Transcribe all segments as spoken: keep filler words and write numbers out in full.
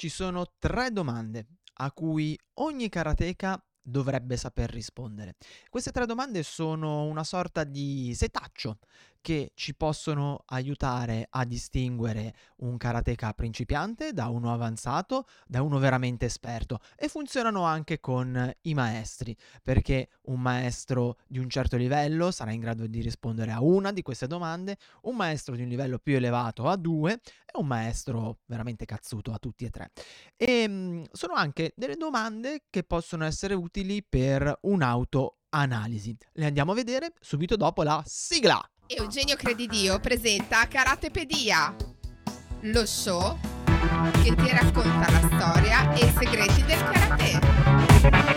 ci sono tre domande a cui ogni karateka dovrebbe saper rispondere. Queste tre domande sono una sorta di setaccio che ci possono aiutare a distinguere un karateka principiante da uno avanzato, da uno veramente esperto, e funzionano anche con i maestri, perché un maestro di un certo livello sarà in grado di rispondere a una di queste domande, un maestro di un livello più elevato a due e un maestro veramente cazzuto a tutti e tre. E mh, sono anche delle domande che possono essere utili per un'autoanalisi. Le andiamo a vedere subito dopo la sigla. Eugenio Credidio presenta Karatepedia, lo show che ti racconta la storia e i segreti del karate.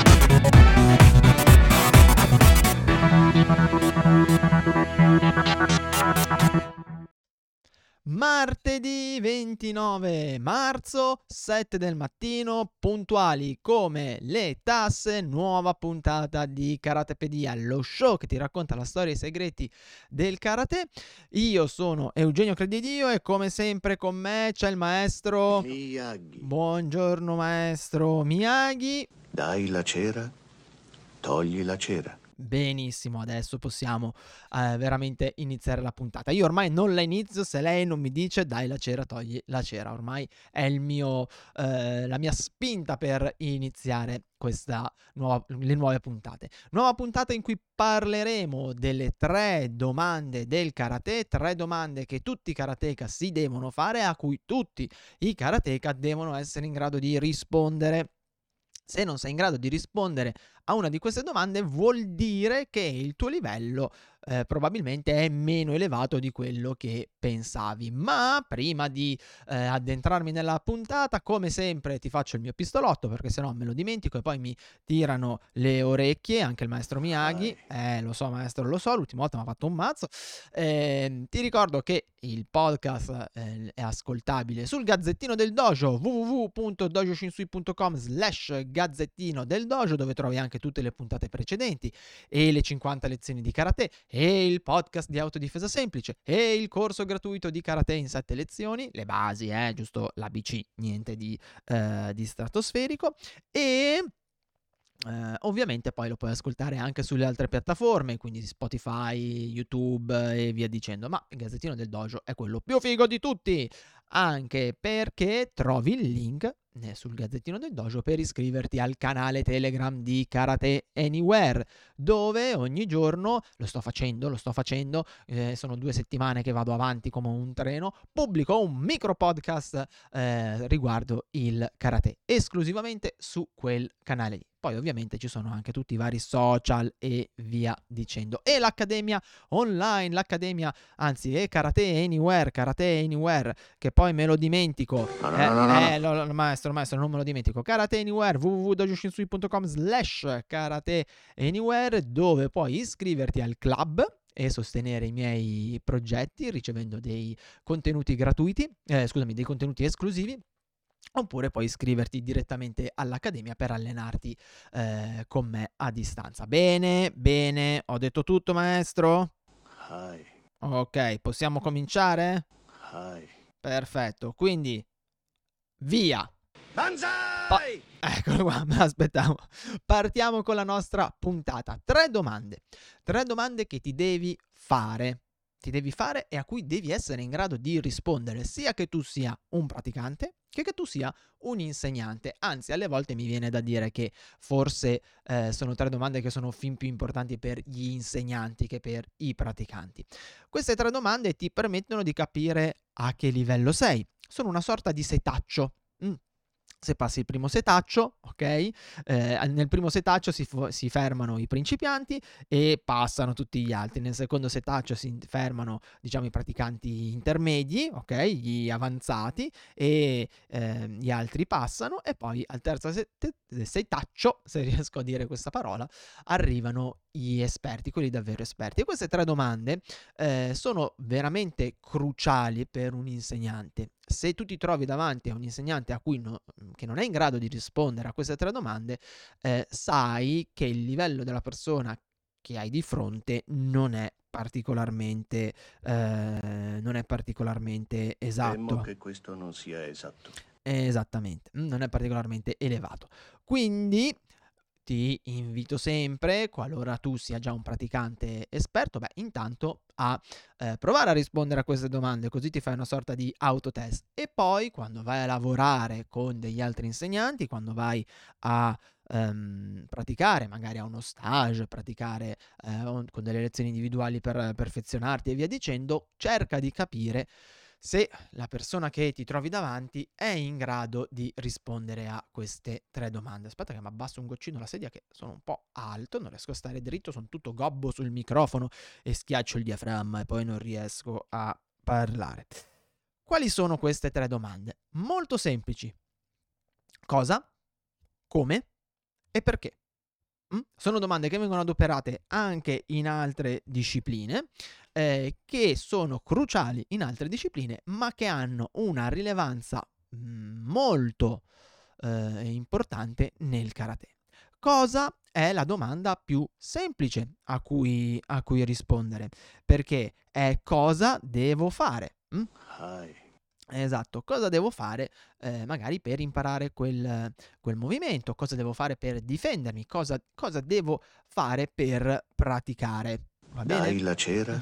Martedì ventinove marzo, sette del mattino, puntuali come le tasse, nuova puntata di Karatepedia, lo show che ti racconta la storia e i segreti del karate. Io sono Eugenio Credidio e come sempre con me c'è il maestro Miyagi. Buongiorno maestro Miyagi. Dai la cera, togli la cera. Benissimo, adesso possiamo eh, veramente iniziare la puntata. Io ormai non la inizio se lei non mi dice dai la cera, togli la cera. Ormai è il mio, eh, la mia spinta per iniziare questa nuova, le nuove puntate. Nuova puntata in cui parleremo delle tre domande del karate, tre domande che tutti i karateka si devono fare, a cui tutti i karateka devono essere in grado di rispondere. Se non sei in grado di rispondere a una di queste domande, vuol dire che il tuo livello eh, probabilmente è meno elevato di quello che pensavi. Ma prima di eh, addentrarmi nella puntata, come sempre ti faccio il mio pistolotto, perché sennò me lo dimentico e poi mi tirano le orecchie, anche il maestro Miyagi. Eh, lo so maestro, lo so, l'ultima volta mi ha fatto un mazzo. Eh, ti ricordo che il podcast eh, è ascoltabile sul Gazzettino del Dojo, w w w punto dojo shinsui punto com slash Gazzettino del Dojo, dove trovi anche tutte le puntate precedenti e le cinquanta lezioni di karate e il podcast di autodifesa semplice e il corso gratuito di karate in sette lezioni, le basi, eh, giusto l'A B C, niente di, eh, di stratosferico. E Uh, ovviamente poi lo puoi ascoltare anche sulle altre piattaforme, quindi Spotify, YouTube e via dicendo, ma il Gazzettino del Dojo è quello più figo di tutti, anche perché trovi il link sul Gazzettino del Dojo per iscriverti al canale Telegram di Karate Anywhere, dove ogni giorno, lo sto facendo, lo sto facendo, eh, sono due settimane che vado avanti come un treno, pubblico un micro podcast eh, riguardo il karate, esclusivamente su quel canale lì. Poi ovviamente ci sono anche tutti i vari social e via dicendo. E l'accademia online, l'accademia, anzi è Karate Anywhere, Karate Anywhere, che poi me lo dimentico. No, no, eh, no, no, no. eh, lo, lo, maestro, maestro, non me lo dimentico. Karate Anywhere, w w w punto dojo shinsui punto com slash Karate Anywhere, dove puoi iscriverti al club e sostenere i miei progetti ricevendo dei contenuti gratuiti, eh, scusami, dei contenuti esclusivi. Oppure puoi iscriverti direttamente all'accademia per allenarti eh, con me a distanza. Bene, bene, ho detto tutto maestro? Hai, Ok, possiamo cominciare? hai. Perfetto, quindi via! Banzai! Eccolo qua, me l'aspettavo. Partiamo con la nostra puntata. Tre domande. Tre domande che ti devi fare. Ti devi fare e a cui devi essere in grado di rispondere, sia che tu sia un praticante che che tu sia un insegnante. Anzi, alle volte mi viene da dire che forse eh, sono tre domande che sono fin più importanti per gli insegnanti che per i praticanti. Queste tre domande ti permettono di capire a che livello sei. Sono una sorta di setaccio. Mm. Se passi il primo setaccio, ok? Eh, nel primo setaccio si, f- si fermano i principianti e passano tutti gli altri. Nel secondo setaccio si fermano, diciamo, i praticanti intermedi, ok? Gli avanzati e eh, gli altri passano. E poi al terzo set- setaccio, se riesco a dire questa parola, arrivano gli esperti, quelli davvero esperti. E queste tre domande eh, sono veramente cruciali per un insegnante. Se tu ti trovi davanti a un insegnante a cui no, che non è in grado di rispondere a queste tre domande, eh, sai che il livello della persona che hai di fronte non è particolarmente eh, non è particolarmente esatto. Temo che questo non sia esatto. Esattamente, mm, non è particolarmente elevato. Quindi ti invito sempre, qualora tu sia già un praticante esperto, beh, intanto a eh, provare a rispondere a queste domande, così ti fai una sorta di autotest. E poi, quando vai a lavorare con degli altri insegnanti, quando vai a ehm, praticare, magari a uno stage, praticare eh, on- con delle lezioni individuali per perfezionarti e via dicendo, cerca di capire se la persona che ti trovi davanti è in grado di rispondere a queste tre domande. Aspetta che mi abbasso un goccino la sedia, che sono un po' alto, non riesco a stare dritto, sono tutto gobbo sul microfono e schiaccio il diaframma e poi non riesco a parlare. Quali sono queste tre domande? Molto semplici. Cosa, come e perché? Mm? Sono domande che vengono adoperate anche in altre discipline, eh, che sono cruciali in altre discipline, ma che hanno una rilevanza mm, molto eh, importante nel karate. Cosa è la domanda più semplice a cui, a cui rispondere? Perché è cosa devo fare? Mm? Hai. Esatto, cosa devo fare eh, magari per imparare quel, quel movimento, cosa devo fare per difendermi, cosa, cosa devo fare per praticare, va bene? Dai la cera,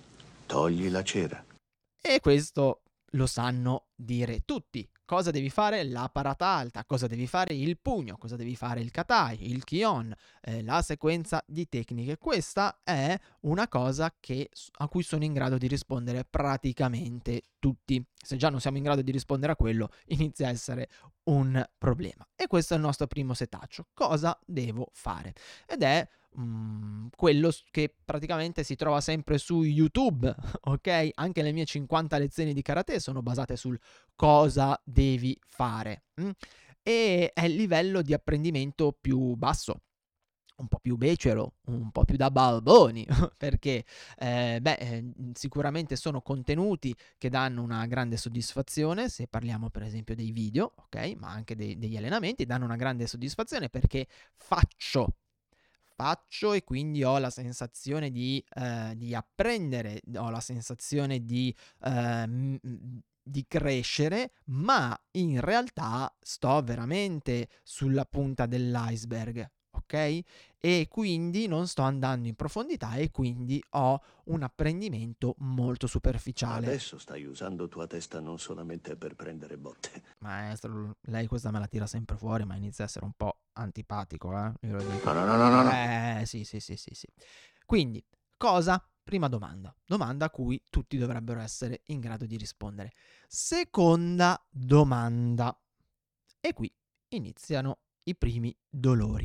togli la cera. E questo lo sanno dire tutti. Cosa devi fare? La parata alta, cosa devi fare il pugno, cosa devi fare il katai, il kion, eh, la sequenza di tecniche. Questa è una cosa che, a cui sono in grado di rispondere praticamente tutti. Se già non siamo in grado di rispondere a quello, inizia a essere un problema. E questo è il nostro primo setaccio. Cosa devo fare? Ed è mm, quello che praticamente si trova sempre su YouTube, ok? Anche le mie cinquanta lezioni di karate sono basate sul cosa devi fare. Mm? E è il livello di apprendimento più basso, un po' più becero, un po' più da balboni, perché eh, beh, eh, sicuramente sono contenuti che danno una grande soddisfazione, se parliamo per esempio dei video, ok? Ma anche dei, degli allenamenti, danno una grande soddisfazione perché faccio faccio e quindi ho la sensazione di, eh, di apprendere, ho la sensazione di, eh, m- di crescere, ma in realtà sto veramente sulla punta dell'iceberg, ok? E quindi non sto andando in profondità e quindi ho un apprendimento molto superficiale. Adesso stai usando tua testa non solamente per prendere botte. Maestro, lei questa me la tira sempre fuori, ma inizia a essere un po' antipatico, eh? Io lo dico. No, no, no, no, no. Eh, sì, sì, sì, sì, sì. Quindi, cosa? Prima domanda. Domanda a cui tutti dovrebbero essere in grado di rispondere. Seconda domanda. E qui iniziano i primi dolori.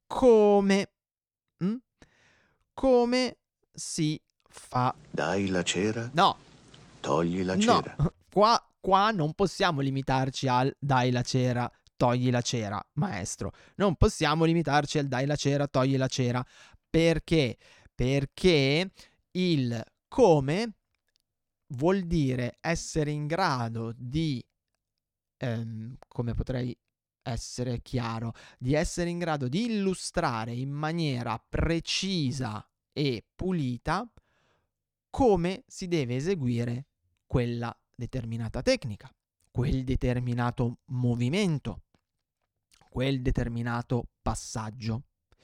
Come? Mm? Come si fa? Dai la cera, No, togli la no, cera. qua, qua non possiamo limitarci al dai la cera, togli la cera, maestro. Non possiamo limitarci al dai la cera, togli la cera. Perché? Perché il come vuol dire essere in grado di, ehm, come potrei essere chiaro, di essere in grado di illustrare in maniera precisa e pulita come si deve eseguire quella determinata tecnica, quel determinato movimento, quel determinato passaggio.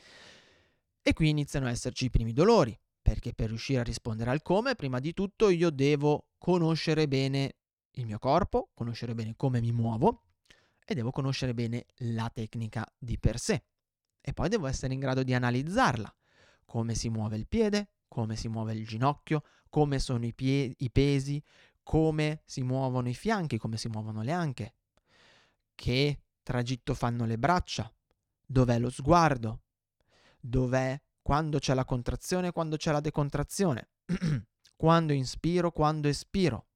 E qui iniziano a esserci i primi dolori, perché per riuscire a rispondere al come, prima di tutto io devo conoscere bene il mio corpo, conoscere bene come mi muovo e devo conoscere bene la tecnica di per sé. E poi devo essere in grado di analizzarla, come si muove il piede, come si muove il ginocchio, come sono i, pie- i pesi, come si muovono i fianchi, come si muovono le anche, che tragitto fanno le braccia, dov'è lo sguardo, dov'è quando c'è la contrazione e quando c'è la decontrazione, quando inspiro, quando espiro,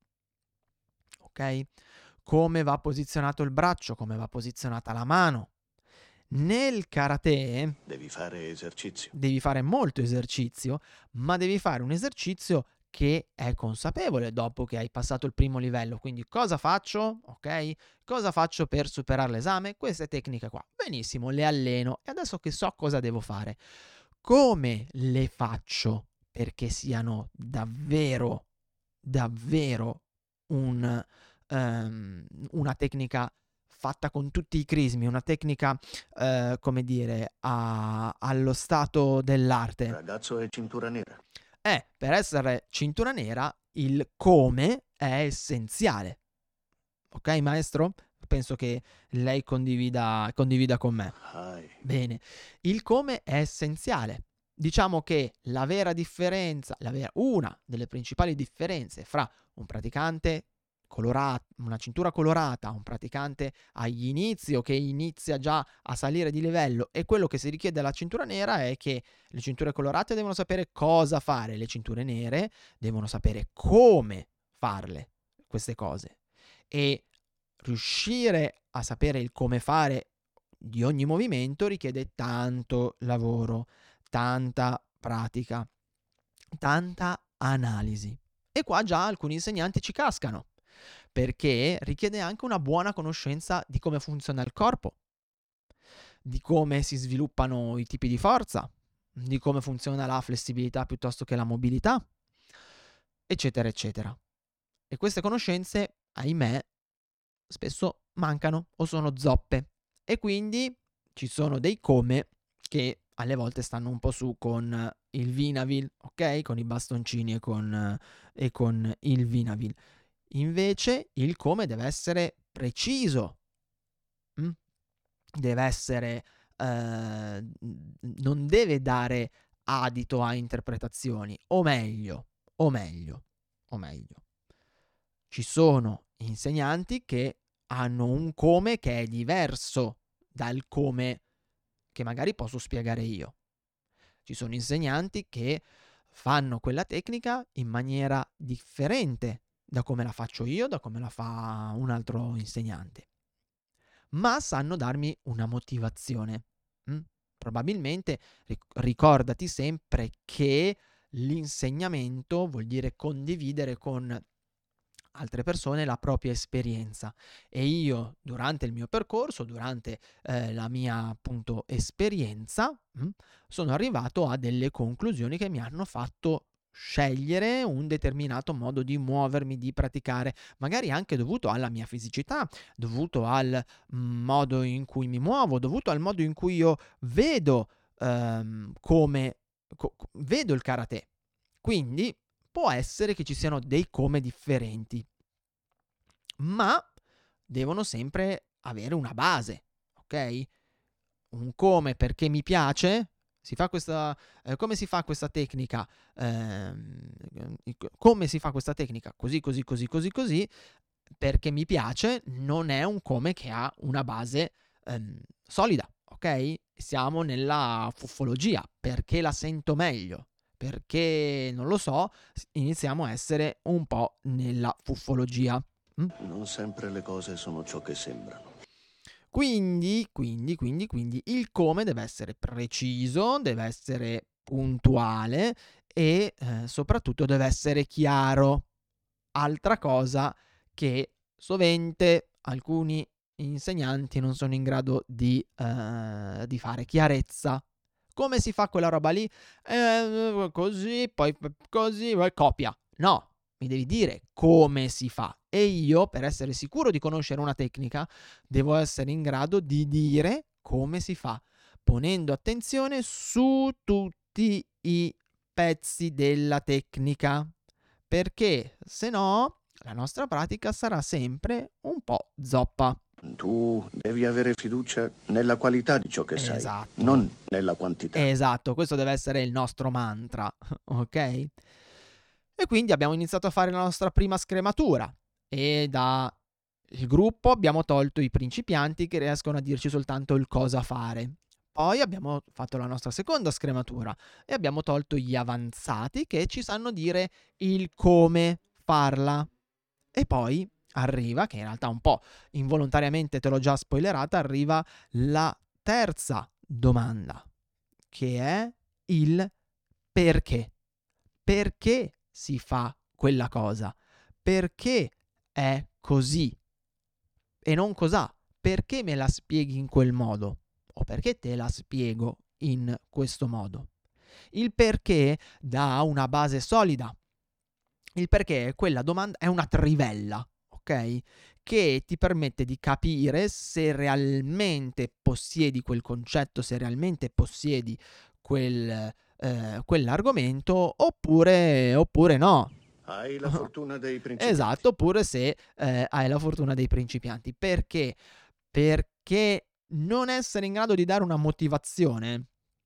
ok? Come va posizionato il braccio, come va posizionata la mano. Nel karate Devi fare esercizio. devi fare molto esercizio, ma devi fare un esercizio che è consapevole dopo che hai passato il primo livello. Quindi cosa faccio? Ok? Cosa faccio per superare l'esame? Queste tecniche qua. Benissimo, le alleno e adesso che so cosa devo fare, come le faccio perché siano davvero, davvero un, um, una tecnica fatta con tutti i crismi, una tecnica, eh, come dire, a- allo stato dell'arte. Ragazzo è cintura nera. Eh, per essere cintura nera, il come è essenziale. Ok, maestro? Penso che lei condivida, condivida con me. Ai. Bene, il come è essenziale. Diciamo che la vera differenza, la vera, una delle principali differenze fra un praticante colorato, una cintura colorata, un praticante agli inizi o che inizia già a salire di livello, e quello che si richiede alla cintura nera è che le cinture colorate devono sapere cosa fare, le cinture nere devono sapere come farle queste cose. E riuscire a sapere il come fare di ogni movimento richiede tanto lavoro, tanta pratica, tanta analisi. E qua già alcuni insegnanti ci cascano, perché richiede anche una buona conoscenza di come funziona il corpo, di come si sviluppano i tipi di forza, di come funziona la flessibilità piuttosto che la mobilità, eccetera, eccetera. E queste conoscenze, ahimè, spesso mancano o sono zoppe. E quindi ci sono dei come che alle volte stanno un po' su con il Vinavil, ok? Con i bastoncini e con, e con il Vinavil. Invece il come deve essere preciso, mm? Deve essere, eh, non deve dare adito a interpretazioni, o meglio, o meglio, o meglio. Ci sono insegnanti che hanno un come che è diverso dal come che magari posso spiegare io. Ci sono insegnanti che fanno quella tecnica in maniera differente da come la faccio io, da come la fa un altro insegnante, ma sanno darmi una motivazione. Mm? Probabilmente ric- ricordati sempre che l'insegnamento vuol dire condividere con altre persone la propria esperienza, e io durante il mio percorso, durante eh, la mia appunto esperienza, mh, sono arrivato a delle conclusioni che mi hanno fatto scegliere un determinato modo di muovermi, di praticare, magari anche dovuto alla mia fisicità, dovuto al modo in cui mi muovo, dovuto al modo in cui io vedo ehm, come co- vedo il karate. Quindi può essere che ci siano dei come differenti, ma devono sempre avere una base, ok? Un come perché mi piace, si fa questa, eh, come si fa questa tecnica, ehm, come si fa questa tecnica, così, così, così, così, così, perché mi piace, non è un come che ha una base ehm, solida, ok? Siamo nella fuffologia, perché la sento meglio, perché non lo so, iniziamo a essere un po' nella fuffologia. Mm? Non sempre le cose sono ciò che sembrano. Quindi, quindi, quindi, quindi il come deve essere preciso, deve essere puntuale e eh, soprattutto deve essere chiaro. Altra cosa che sovente alcuni insegnanti non sono in grado di, eh, di fare chiarezza. Come si fa quella roba lì? Eh, così, poi così, poi copia. No, mi devi dire come si fa. E io, per essere sicuro di conoscere una tecnica, devo essere in grado di dire come si fa, ponendo attenzione su tutti i pezzi della tecnica. Perché se no la nostra pratica sarà sempre un po' zoppa. Tu devi avere fiducia nella qualità di ciò che sai, Esatto. non nella quantità. Esatto, questo deve essere il nostro mantra, ok? E quindi abbiamo iniziato a fare la nostra prima scrematura e dal gruppo abbiamo tolto i principianti che riescono a dirci soltanto il cosa fare. Poi abbiamo fatto la nostra seconda scrematura e abbiamo tolto gli avanzati che ci sanno dire il come farla. E poi arriva, che in realtà un po' involontariamente te l'ho già spoilerata, arriva la terza domanda, che è il perché. Perché si fa quella cosa? Perché è così? E non cos'ha? Perché me la spieghi in quel modo? O perché te la spiego in questo modo? Il perché dà una base solida. Il perché è quella domanda, è una trivella, ok? che ti permette di capire se realmente possiedi quel concetto, se realmente possiedi quel, eh, quell'argomento oppure, oppure no. Hai la fortuna dei principianti. Esatto, oppure se eh, hai la fortuna dei principianti. Perché? Perché non essere in grado di dare una motivazione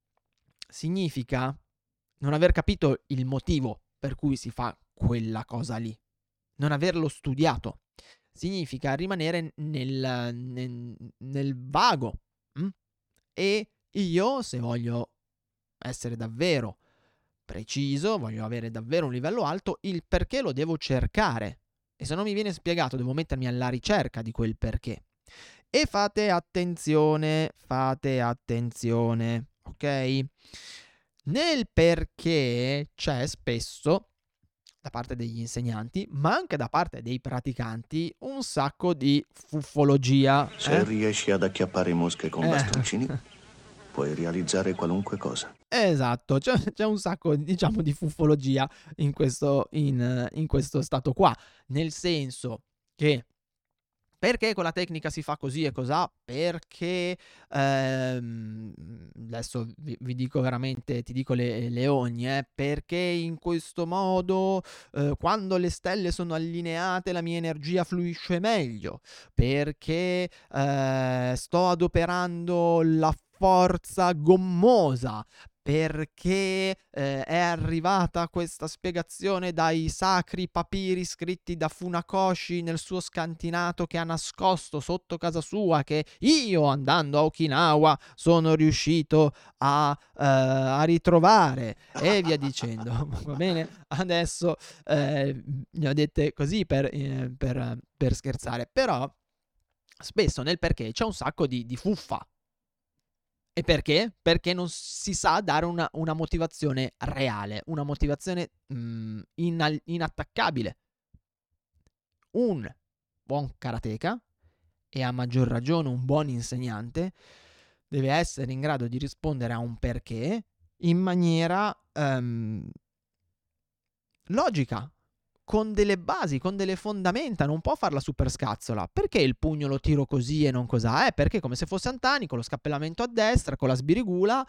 significa non aver capito il motivo per cui si fa quella cosa lì, non averlo studiato. Significa rimanere nel, nel, nel vago. Mm? E io, se voglio essere davvero preciso, voglio avere davvero un livello alto, il perché lo devo cercare. E se non mi viene spiegato, devo mettermi alla ricerca di quel perché. E fate attenzione, fate attenzione, ok? Nel perché c'è spesso, da parte degli insegnanti, ma anche da parte dei praticanti, un sacco di fuffologia. Se eh? riesci ad acchiappare mosche con Eh. bastoncini, puoi realizzare qualunque cosa. Esatto, c'è, c'è un sacco, diciamo, di fuffologia in questo, in, in questo stato qua, nel senso che perché quella tecnica si fa così e cos'ha? Perché ehm, adesso vi, vi dico veramente, ti dico le, le ogni, eh, perché in questo modo eh, quando le stelle sono allineate la mia energia fluisce meglio, perché eh, sto adoperando la forza gommosa, perché eh, è arrivata questa spiegazione dai sacri papiri scritti da Funakoshi nel suo scantinato che ha nascosto sotto casa sua, che io andando a Okinawa sono riuscito a, eh, a ritrovare, e via dicendo. Va bene? Adesso eh, ne ho dette così per, eh, per, per scherzare, però spesso nel perché c'è un sacco di, di fuffa. E perché? Perché non si sa dare una, una motivazione reale, una motivazione mh, inal- inattaccabile. Un buon karateka, e a maggior ragione un buon insegnante, deve essere in grado di rispondere a un perché in maniera um, logica, con delle basi, con delle fondamenta. Non può farla super scazzola. Perché il pugno lo tiro così e non cos'ha? Eh, perché come se fosse Antani, con lo scappellamento a destra, con la sbirigula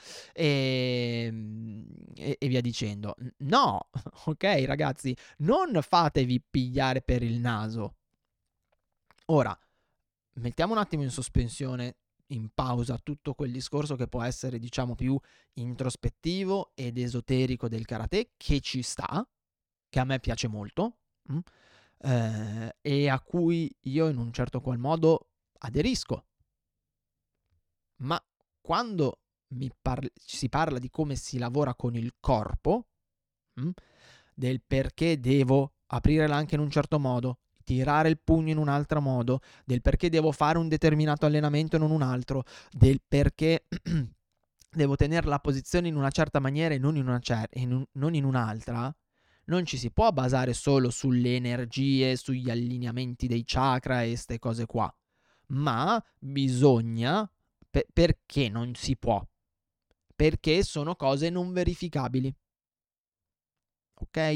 e, e, e via dicendo. No, ok ragazzi, non fatevi pigliare per il naso. Ora, mettiamo un attimo in sospensione, in pausa, tutto quel discorso che può essere, diciamo, più introspettivo ed esoterico del karate, che ci sta, che a me piace molto, mh? Eh, e a cui io in un certo qual modo aderisco. Ma quando mi parli, si parla di come si lavora con il corpo, mh? del perché devo aprirla anche in un certo modo, tirare il pugno in un altro modo, del perché devo fare un determinato allenamento e non un altro, del perché devo tenere la posizione in una certa maniera e non in, una cer- e non, non in un'altra, non ci si può basare solo sulle energie, sugli allineamenti dei chakra e queste cose qua, ma bisogna, pe- perché non si può? Perché sono cose non verificabili, ok?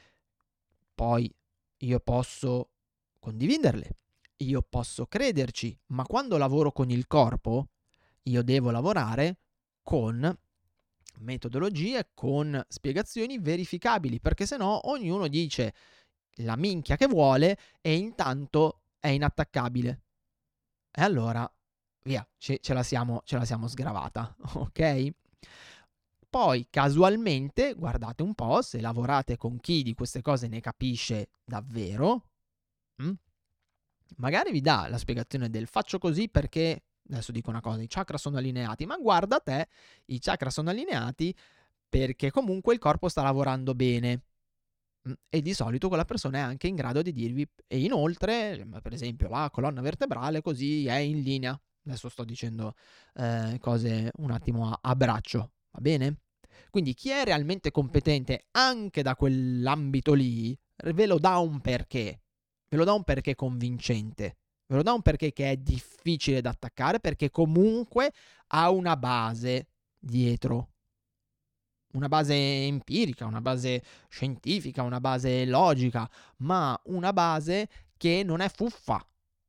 Poi io posso condividerle, io posso crederci, ma quando lavoro con il corpo, io devo lavorare con metodologie, con spiegazioni verificabili, perché sennò ognuno dice la minchia che vuole e intanto è inattaccabile. E allora, via, ce, ce la siamo, ce la siamo sgravata, ok? Poi, casualmente, guardate un po', se lavorate con chi di queste cose ne capisce davvero, mh? magari vi dà la spiegazione del faccio così perché, adesso dico una cosa, i chakra sono allineati, ma guarda te, i chakra sono allineati perché comunque il corpo sta lavorando bene. E di solito quella persona è anche in grado di dirvi, e inoltre, per esempio, la colonna vertebrale così è in linea. Adesso sto dicendo eh, cose un attimo a, a braccio, va bene? Quindi chi è realmente competente anche da quell'ambito lì, ve lo dà un perché, ve lo dà un perché convincente, ve lo dà un perché che è difficile da attaccare, perché comunque ha una base dietro. Una base empirica, una base scientifica, una base logica, ma una base che non è fuffa,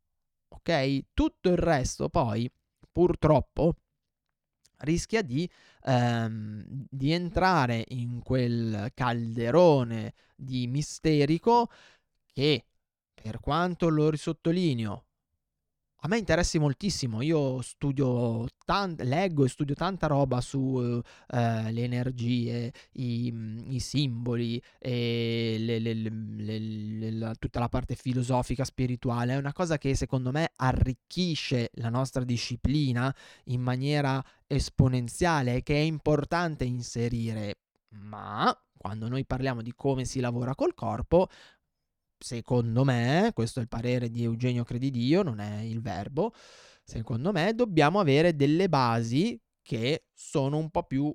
ok? Tutto il resto poi, purtroppo, rischia di, ehm, di entrare in quel calderone di misterico che, per quanto lo risottolineo, a me interessi moltissimo. Io studio tan- leggo e studio tanta roba su eh, le energie, i, i simboli e le- le- le- le- le- la- tutta la parte filosofica, spirituale. È una cosa che secondo me arricchisce la nostra disciplina in maniera esponenziale e che è importante inserire. Ma quando noi parliamo di come si lavora col corpo, secondo me, questo è il parere di Eugenio Credidio, non è il verbo, secondo me dobbiamo avere delle basi che sono un po' più,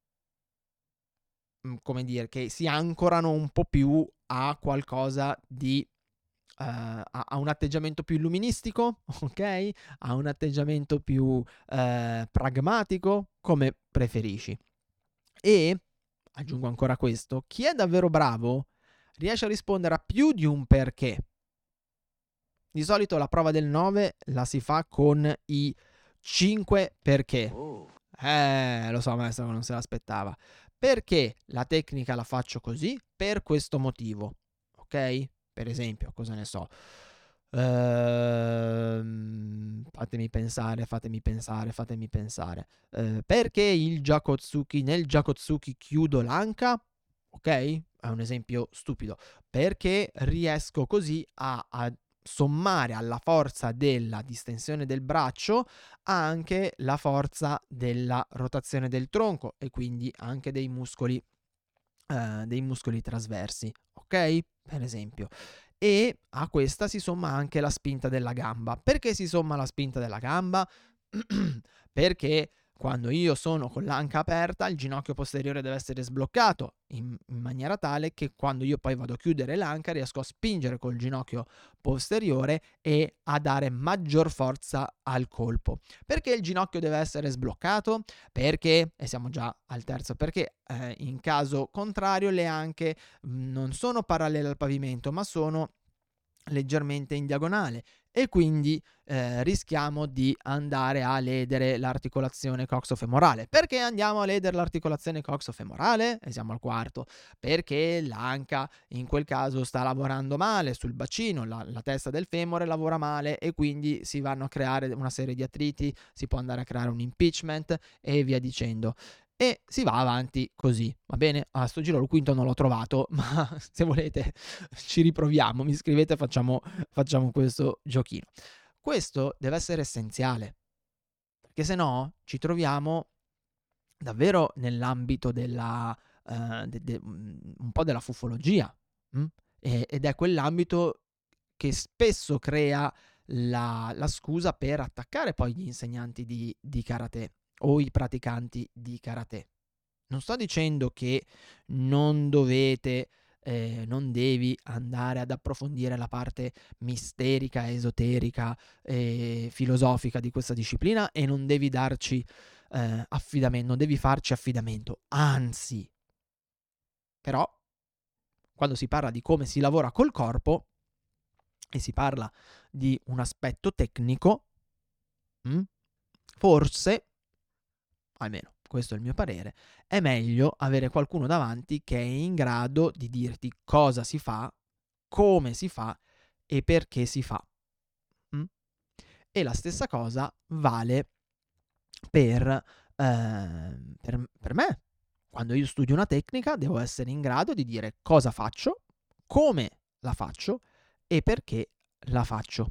mm, come dire, che si ancorano un po' più a qualcosa di, eh, a, a un atteggiamento più illuministico, ok? A un atteggiamento più eh, pragmatico, come preferisci. E, aggiungo ancora questo, chi è davvero bravo riesce a rispondere a più di un perché. Di solito la prova del nove la si fa con i cinque perché. Oh, Eh, lo so, maestro, non se l'aspettava. Perché la tecnica la faccio così? Per questo motivo. Ok? Per esempio, cosa ne so? Ehm, fatemi pensare, fatemi pensare, fatemi pensare. Eh, perché il Jakotsuki, nel Jakotsuki chiudo l'anca? Ok? È un esempio stupido. Perché riesco così a, a sommare alla forza della distensione del braccio anche la forza della rotazione del tronco e quindi anche dei muscoli, eh, dei muscoli trasversi, ok? Per esempio. E a questa si somma anche la spinta della gamba. Perché si somma la spinta della gamba? Perché quando io sono con l'anca aperta, il ginocchio posteriore deve essere sbloccato in, in maniera tale che quando io poi vado a chiudere l'anca riesco a spingere col ginocchio posteriore e a dare maggior forza al colpo. Perché il ginocchio deve essere sbloccato? Perché, e siamo già al terzo perché, eh, in caso contrario le anche mh, non sono parallele al pavimento, ma sono leggermente in diagonale e quindi eh, rischiamo di andare a ledere l'articolazione coxofemorale. Perché andiamo a ledere l'articolazione coxofemorale? E siamo al quarto. Perché l'anca in quel caso sta lavorando male sul bacino, la, la testa del femore lavora male e quindi si vanno a creare una serie di attriti, si può andare a creare un impeachment e via dicendo. E si va avanti così, va bene? A sto giro il quinto non l'ho trovato, ma se volete ci riproviamo, mi scrivete e facciamo, facciamo questo giochino. Questo deve essere essenziale, perché se no ci troviamo davvero nell'ambito della, eh, de, de, un po' della fufologia, mh? E, ed è quell'ambito che spesso crea la, la scusa per attaccare poi gli insegnanti di, di karate o i praticanti di karate. Non sto dicendo che non dovete, eh, non devi andare ad approfondire la parte misterica, esoterica e filosofica di questa disciplina e non devi darci eh, affidamento, non devi farci affidamento. Anzi, però, quando si parla di come si lavora col corpo e si parla di un aspetto tecnico, mh, forse, almeno questo è il mio parere, è meglio avere qualcuno davanti che è in grado di dirti cosa si fa, come si fa e perché si fa. Mm? E la stessa cosa vale per, eh, per, per me. Quando io studio una tecnica devo essere in grado di dire cosa faccio, come la faccio e perché la faccio.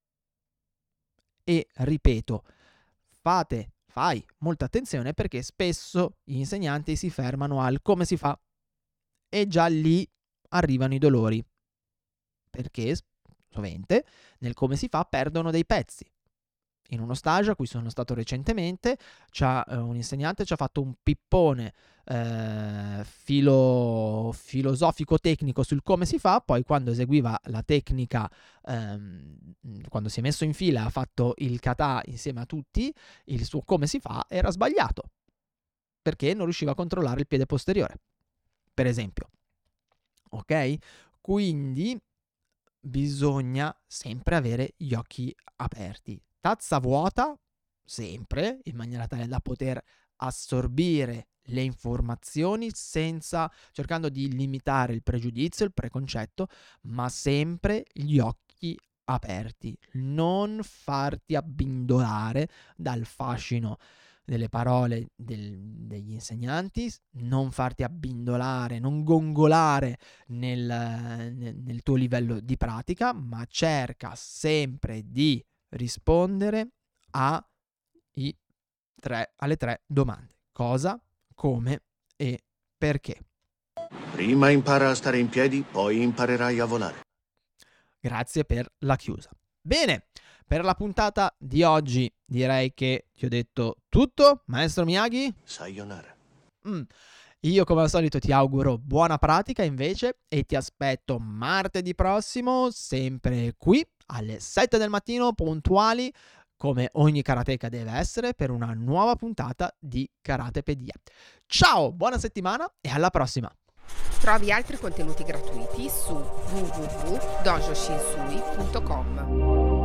E ripeto, fate, fai molta attenzione perché spesso gli insegnanti si fermano al come si fa e già lì arrivano i dolori, perché sovente nel come si fa perdono dei pezzi. In uno stage a cui sono stato recentemente, c'ha, eh, un insegnante ci ha fatto un pippone eh, filo, filosofico-tecnico sul come si fa, poi quando eseguiva la tecnica, ehm, quando si è messo in fila e ha fatto il kata insieme a tutti, il suo come si fa era sbagliato, perché non riusciva a controllare il piede posteriore, per esempio. Ok? Quindi bisogna sempre avere gli occhi aperti. Tazza vuota, sempre, in maniera tale da poter assorbire le informazioni senza, cercando di limitare il pregiudizio, il preconcetto, ma sempre gli occhi aperti. Non farti abbindolare dal fascino delle parole del, degli insegnanti, non farti abbindolare, non gongolare nel, nel, nel tuo livello di pratica, ma cerca sempre di rispondere a i tre, alle tre domande: cosa, come e perché. Prima impara a stare in piedi, poi imparerai a volare. Grazie per la chiusa. Bene, per la puntata di oggi direi che ti ho detto tutto, maestro Miyagi. Sayonara. Mm. Io come al solito ti auguro buona pratica invece e ti aspetto martedì prossimo, sempre qui alle sette del mattino puntuali, come ogni karateka deve essere, per una nuova puntata di Karatepedia. Ciao, buona settimana e alla prossima! Trovi altri contenuti gratuiti su w w w punto dojo shinsui punto com.